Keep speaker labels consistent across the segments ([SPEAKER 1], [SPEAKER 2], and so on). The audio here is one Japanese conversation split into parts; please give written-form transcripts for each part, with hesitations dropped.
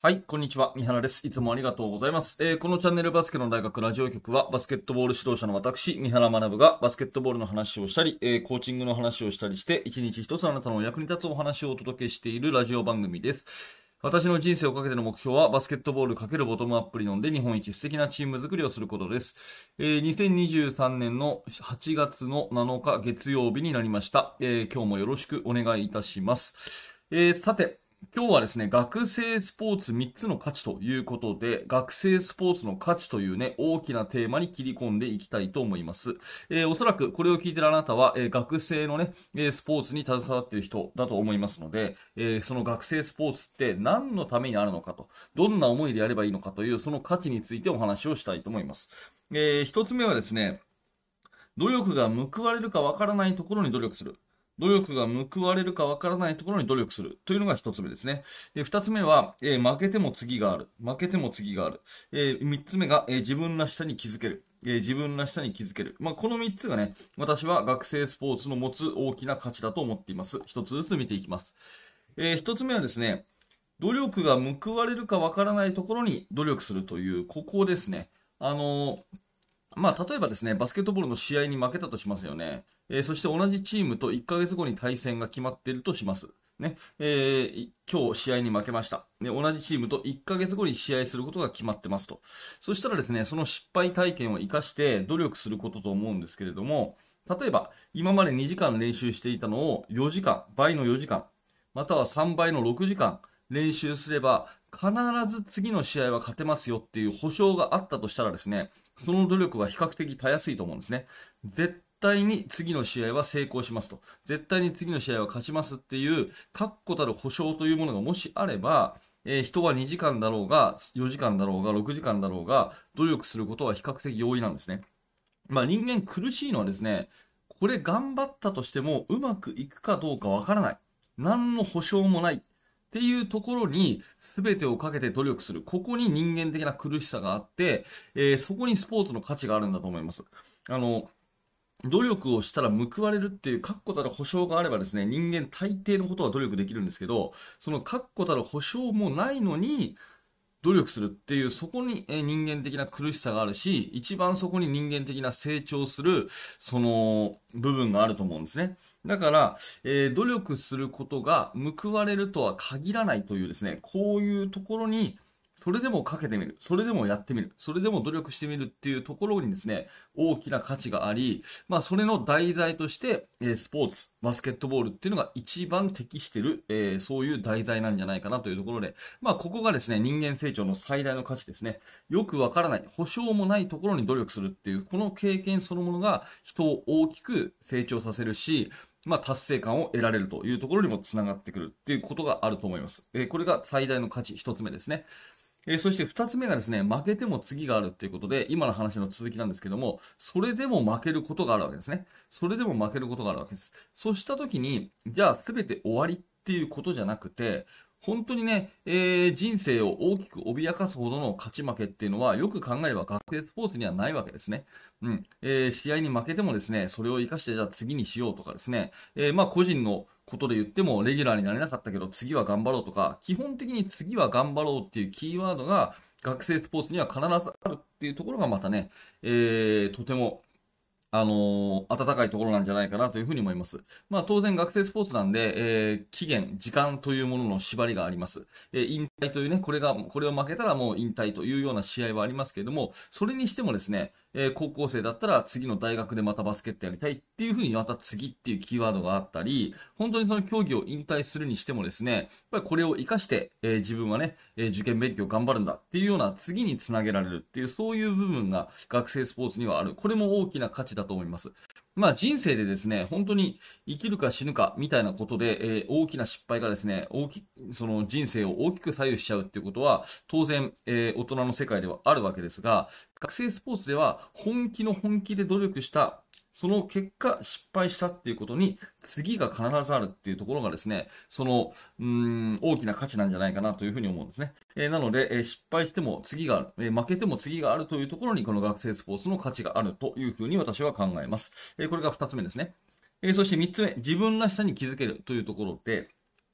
[SPEAKER 1] はい、こんにちは。三原です。いつもありがとうございます。このチャンネルバスケの大学ラジオ局は、バスケットボール指導者の私、三原学がバスケットボールの話をしたり、コーチングの話をしたりして、一日一つあなたの役に立つお話をお届けしているラジオ番組です。私の人生をかけての目標は、バスケットボール×ボトムアップ理論で日本一素敵なチーム作りをすることです。2023年の8月の7日月曜日になりました。今日もよろしくお願いいたします。さて、今日はですね、学生スポーツ3つの価値ということで、学生スポーツの価値というね、大きなテーマに切り込んでいきたいと思います。おそらくこれを聞いているあなたは、学生のね、スポーツに携わっている人だと思いますので、その学生スポーツって何のためにあるのかと、どんな思いでやればいいのかという、その価値についてお話をしたいと思います。一つ目はですね、努力が報われるかわからないところに努力する。努力が報われるかわからないところに努力するというのが一つ目ですね。二つ目は、負けても次がある。負けても次がある。三つ目が、自分らしさに気づける。自分らしさに気づける。この三つがね、私は学生スポーツの持つ大きな価値だと思っています。一つずつ見ていきます。一つ目はですね、努力が報われるかわからないところに努力するという、ここですね。例えばですね、バスケットボールの試合に負けたとしますよね。そして同じチームと1ヶ月後に対戦が決まっているとします。ね、今日試合に負けました。ね、同じチームと1ヶ月後に試合することが決まってますと。そしたらですね、その失敗体験を活かして努力することと思うんですけれども、例えば、今まで2時間練習していたのを4時間、倍の4時間、または3倍の6時間練習すれば、必ず次の試合は勝てますよっていう保証があったとしたらですね、その努力は比較的たやすいと思うんですね。絶対に次の試合は成功しますと。絶対に次の試合は勝ちますっていう確固たる保証というものがもしあれば、人は2時間だろうが、4時間だろうが、6時間だろうが、努力することは比較的容易なんですね。人間苦しいのはですね、これ頑張ったとしてもうまくいくかどうかわからない。何の保証もない。っていうところに全てをかけて努力する。ここに人間的な苦しさがあって、そこにスポーツの価値があるんだと思います。あの、努力をしたら報われるっていう確固たる保証があればですね、人間大抵のことは努力できるんですけど、その確固たる保証もないのに、努力するっていう、そこに人間的な苦しさがあるし、一番そこに人間的な成長する、その部分があると思うんですね。だから、努力することが報われるとは限らないというですね、こういうところにそれでもかけてみる。それでもやってみる。それでも努力してみるっていうところにですね、大きな価値があり、それの題材として、スポーツ、バスケットボールっていうのが一番適してる、そういう題材なんじゃないかなというところで、ここがですね、人間成長の最大の価値ですね。よくわからない、保証もないところに努力するっていう、この経験そのものが人を大きく成長させるし、達成感を得られるというところにもつながってくるっていうことがあると思います。これが最大の価値一つ目ですね。そして二つ目がですね、負けても次があるっていうことで、今の話の続きなんですけども、それでも負けることがあるわけですね。それでも負けることがあるわけです。そうした時に、じゃあ全て終わりっていうことじゃなくて、本当にね、人生を大きく脅かすほどの勝ち負けっていうのは、よく考えれば学生スポーツにはないわけですね。試合に負けてもですね、それを活かしてじゃあ次にしようとかですね、個人のことで言っても、レギュラーになれなかったけど、次は頑張ろうとか、基本的に次は頑張ろうっていうキーワードが、学生スポーツには必ずあるっていうところがまたね、とても温かいところなんじゃないかなというふうに思います。当然学生スポーツなんで、期限、時間というものの縛りがあります。引退というね、これを負けたらもう引退というような試合はありますけれども、それにしてもですね、高校生だったら次の大学でまたバスケットやりたいっていうふうにまた次っていうキーワードがあったり、本当にその競技を引退するにしてもですね、やっぱりこれを活かして、自分はね、受験勉強頑張るんだっていうような次につなげられるっていう、そういう部分が学生スポーツにはある。これも大きな価値だと思います。人生でですね、本当に生きるか死ぬかみたいなことで、大きな失敗がですね、その人生を大きく左右しちゃうっていうことは、当然、大人の世界ではあるわけですが、学生スポーツでは本気の本気で努力したその結果、失敗したっていうことに、次が必ずあるっていうところがですね、大きな価値なんじゃないかなというふうに思うんですね。なので、失敗しても次がある、負けても次があるというところに、この学生スポーツの価値があるというふうに私は考えます。これが二つ目ですね。そして三つ目、自分らしさに気づけるというところで、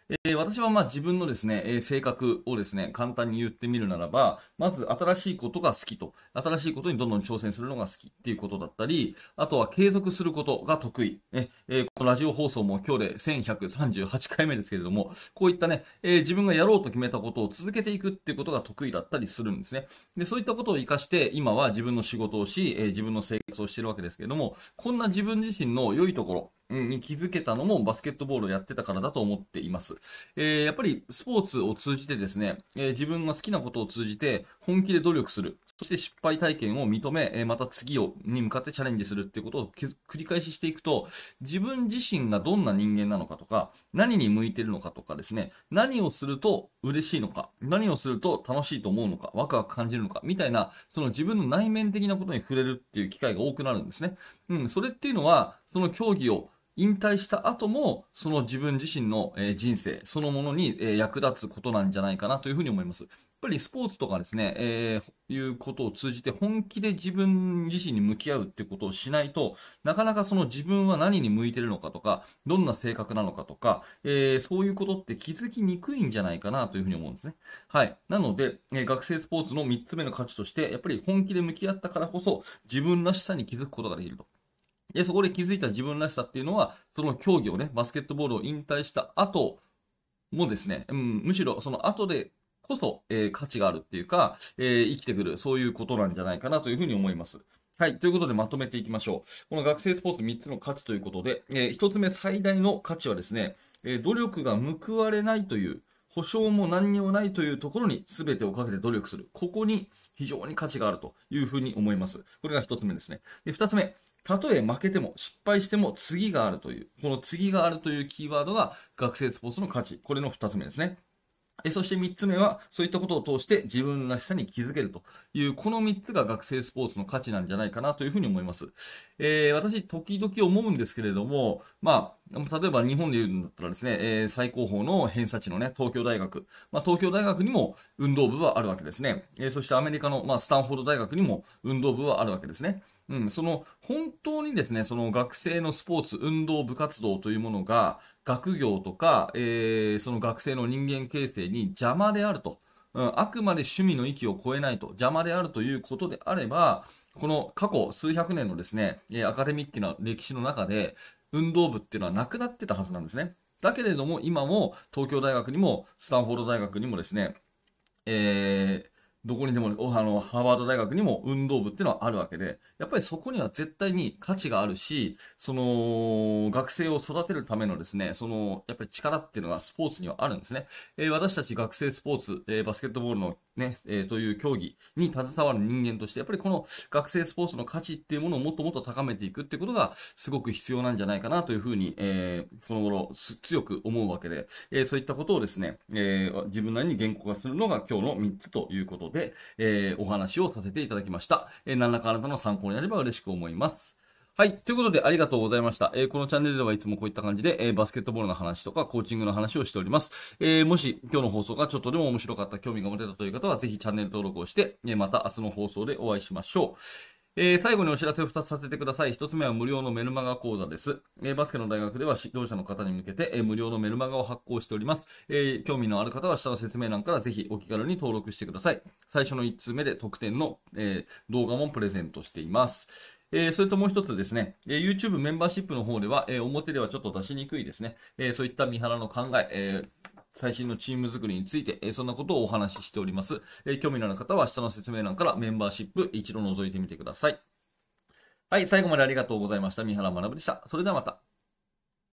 [SPEAKER 1] 私は自分のですね、性格をですね、簡単に言ってみるならば、まず新しいことが好きと、新しいことにどんどん挑戦するのが好きっていうことだったり、あとは継続することが得意。このラジオ放送も今日で1138回目ですけれども、こういったね、自分がやろうと決めたことを続けていくっていうことが得意だったりするんですね。で、そういったことを活かして、今は自分の仕事をし、自分の生活をしているわけですけれども、こんな自分自身の良いところ、に気づけたのもバスケットボールをやってたからだと思っています。やっぱりスポーツを通じてですね、自分が好きなことを通じて本気で努力する。そして失敗体験を認め、またに向かってチャレンジするっていうことを繰り返ししていくと、自分自身がどんな人間なのかとか、何に向いてるのかとかですね、何をすると嬉しいのか、何をすると楽しいと思うのか、ワクワク感じるのか、みたいな、その自分の内面的なことに触れるっていう機会が多くなるんですね。それっていうのは、その競技を引退した後も、その自分自身の人生そのものに役立つことなんじゃないかなというふうに思います。やっぱりスポーツとかですね、いうことを通じて本気で自分自身に向き合うってことをしないと、なかなかその自分は何に向いてるのかとか、どんな性格なのかとか、そういうことって気づきにくいんじゃないかなというふうに思うんですね。はい。なので、学生スポーツの3つ目の価値として、やっぱり本気で向き合ったからこそ、自分らしさに気づくことができると。で、そこで気づいた自分らしさっていうのは、その競技をね、バスケットボールを引退した後もですね、むしろその後でこそ、価値があるっていうか、生きてくる、そういうことなんじゃないかなというふうに思います。はい。ということでまとめていきましょう。この学生スポーツ3つの価値ということで、1つ目最大の価値はですね、努力が報われないという、保証も何にもないというところに全てをかけて努力する。ここに非常に価値があるというふうに思います。これが1つ目ですね。で、2つ目。たとえ負けても失敗しても次があるという、この次があるというキーワードが学生スポーツの価値。これの2つ目ですね。そして3つ目は、そういったことを通して自分らしさに気づけるという、この3つが学生スポーツの価値なんじゃないかなというふうに思います。私、時々思うんですけれども、例えば日本で言うんだったらですね、最高峰の偏差値のね、東京大学。東京大学にも運動部はあるわけですね。そしてアメリカの、スタンフォード大学にも運動部はあるわけですね。その本当にですね、その学生のスポーツ、運動部活動というものが、学業とか、その学生の人間形成に邪魔であると。あくまで趣味の域を超えないと、邪魔であるということであれば、この過去数百年のですね、アカデミックな歴史の中で、運動部っていうのはなくなってたはずなんですね。だけれども、今も東京大学にも、スタンフォード大学にもですね、どこにでも、ハーバード大学にも運動部っていうのはあるわけで、やっぱりそこには絶対に価値があるし、その、学生を育てるためのですね、その、やっぱり力っていうのがスポーツにはあるんですね。私たち学生スポーツ、バスケットボールのね、という競技に携わる人間として、やっぱりこの学生スポーツの価値っていうものをもっともっと高めていくっていうことが、すごく必要なんじゃないかなというふうに、その頃、強く思うわけで、そういったことをですね、自分なりに言語化するのが今日の3つということで、お話をさせていただきました。何らかあなたの参考になれば嬉しく思います。はい。ということで、ありがとうございました。このチャンネルではいつもこういった感じで、バスケットボールの話とか、コーチングの話をしております。もし、今日の放送がちょっとでも面白かった、興味が持てたという方は、ぜひチャンネル登録をして、また明日の放送でお会いしましょう。最後にお知らせを2つさせてください。1つ目は無料のメルマガ講座です。バスケの大学では指導者の方に向けて、無料のメルマガを発行しております。興味のある方は下の説明欄からぜひお気軽に登録してください。最初の1通目で特典の、動画もプレゼントしています。それともう一つですね、YouTube メンバーシップの方では、表ではちょっと出しにくいですね、そういった三原の考え、最新のチーム作りについて、そんなことをお話ししております。興味のある方は下の説明欄からメンバーシップ一度覗いてみてください。はい、最後までありがとうございました。三原学でした。それではまた。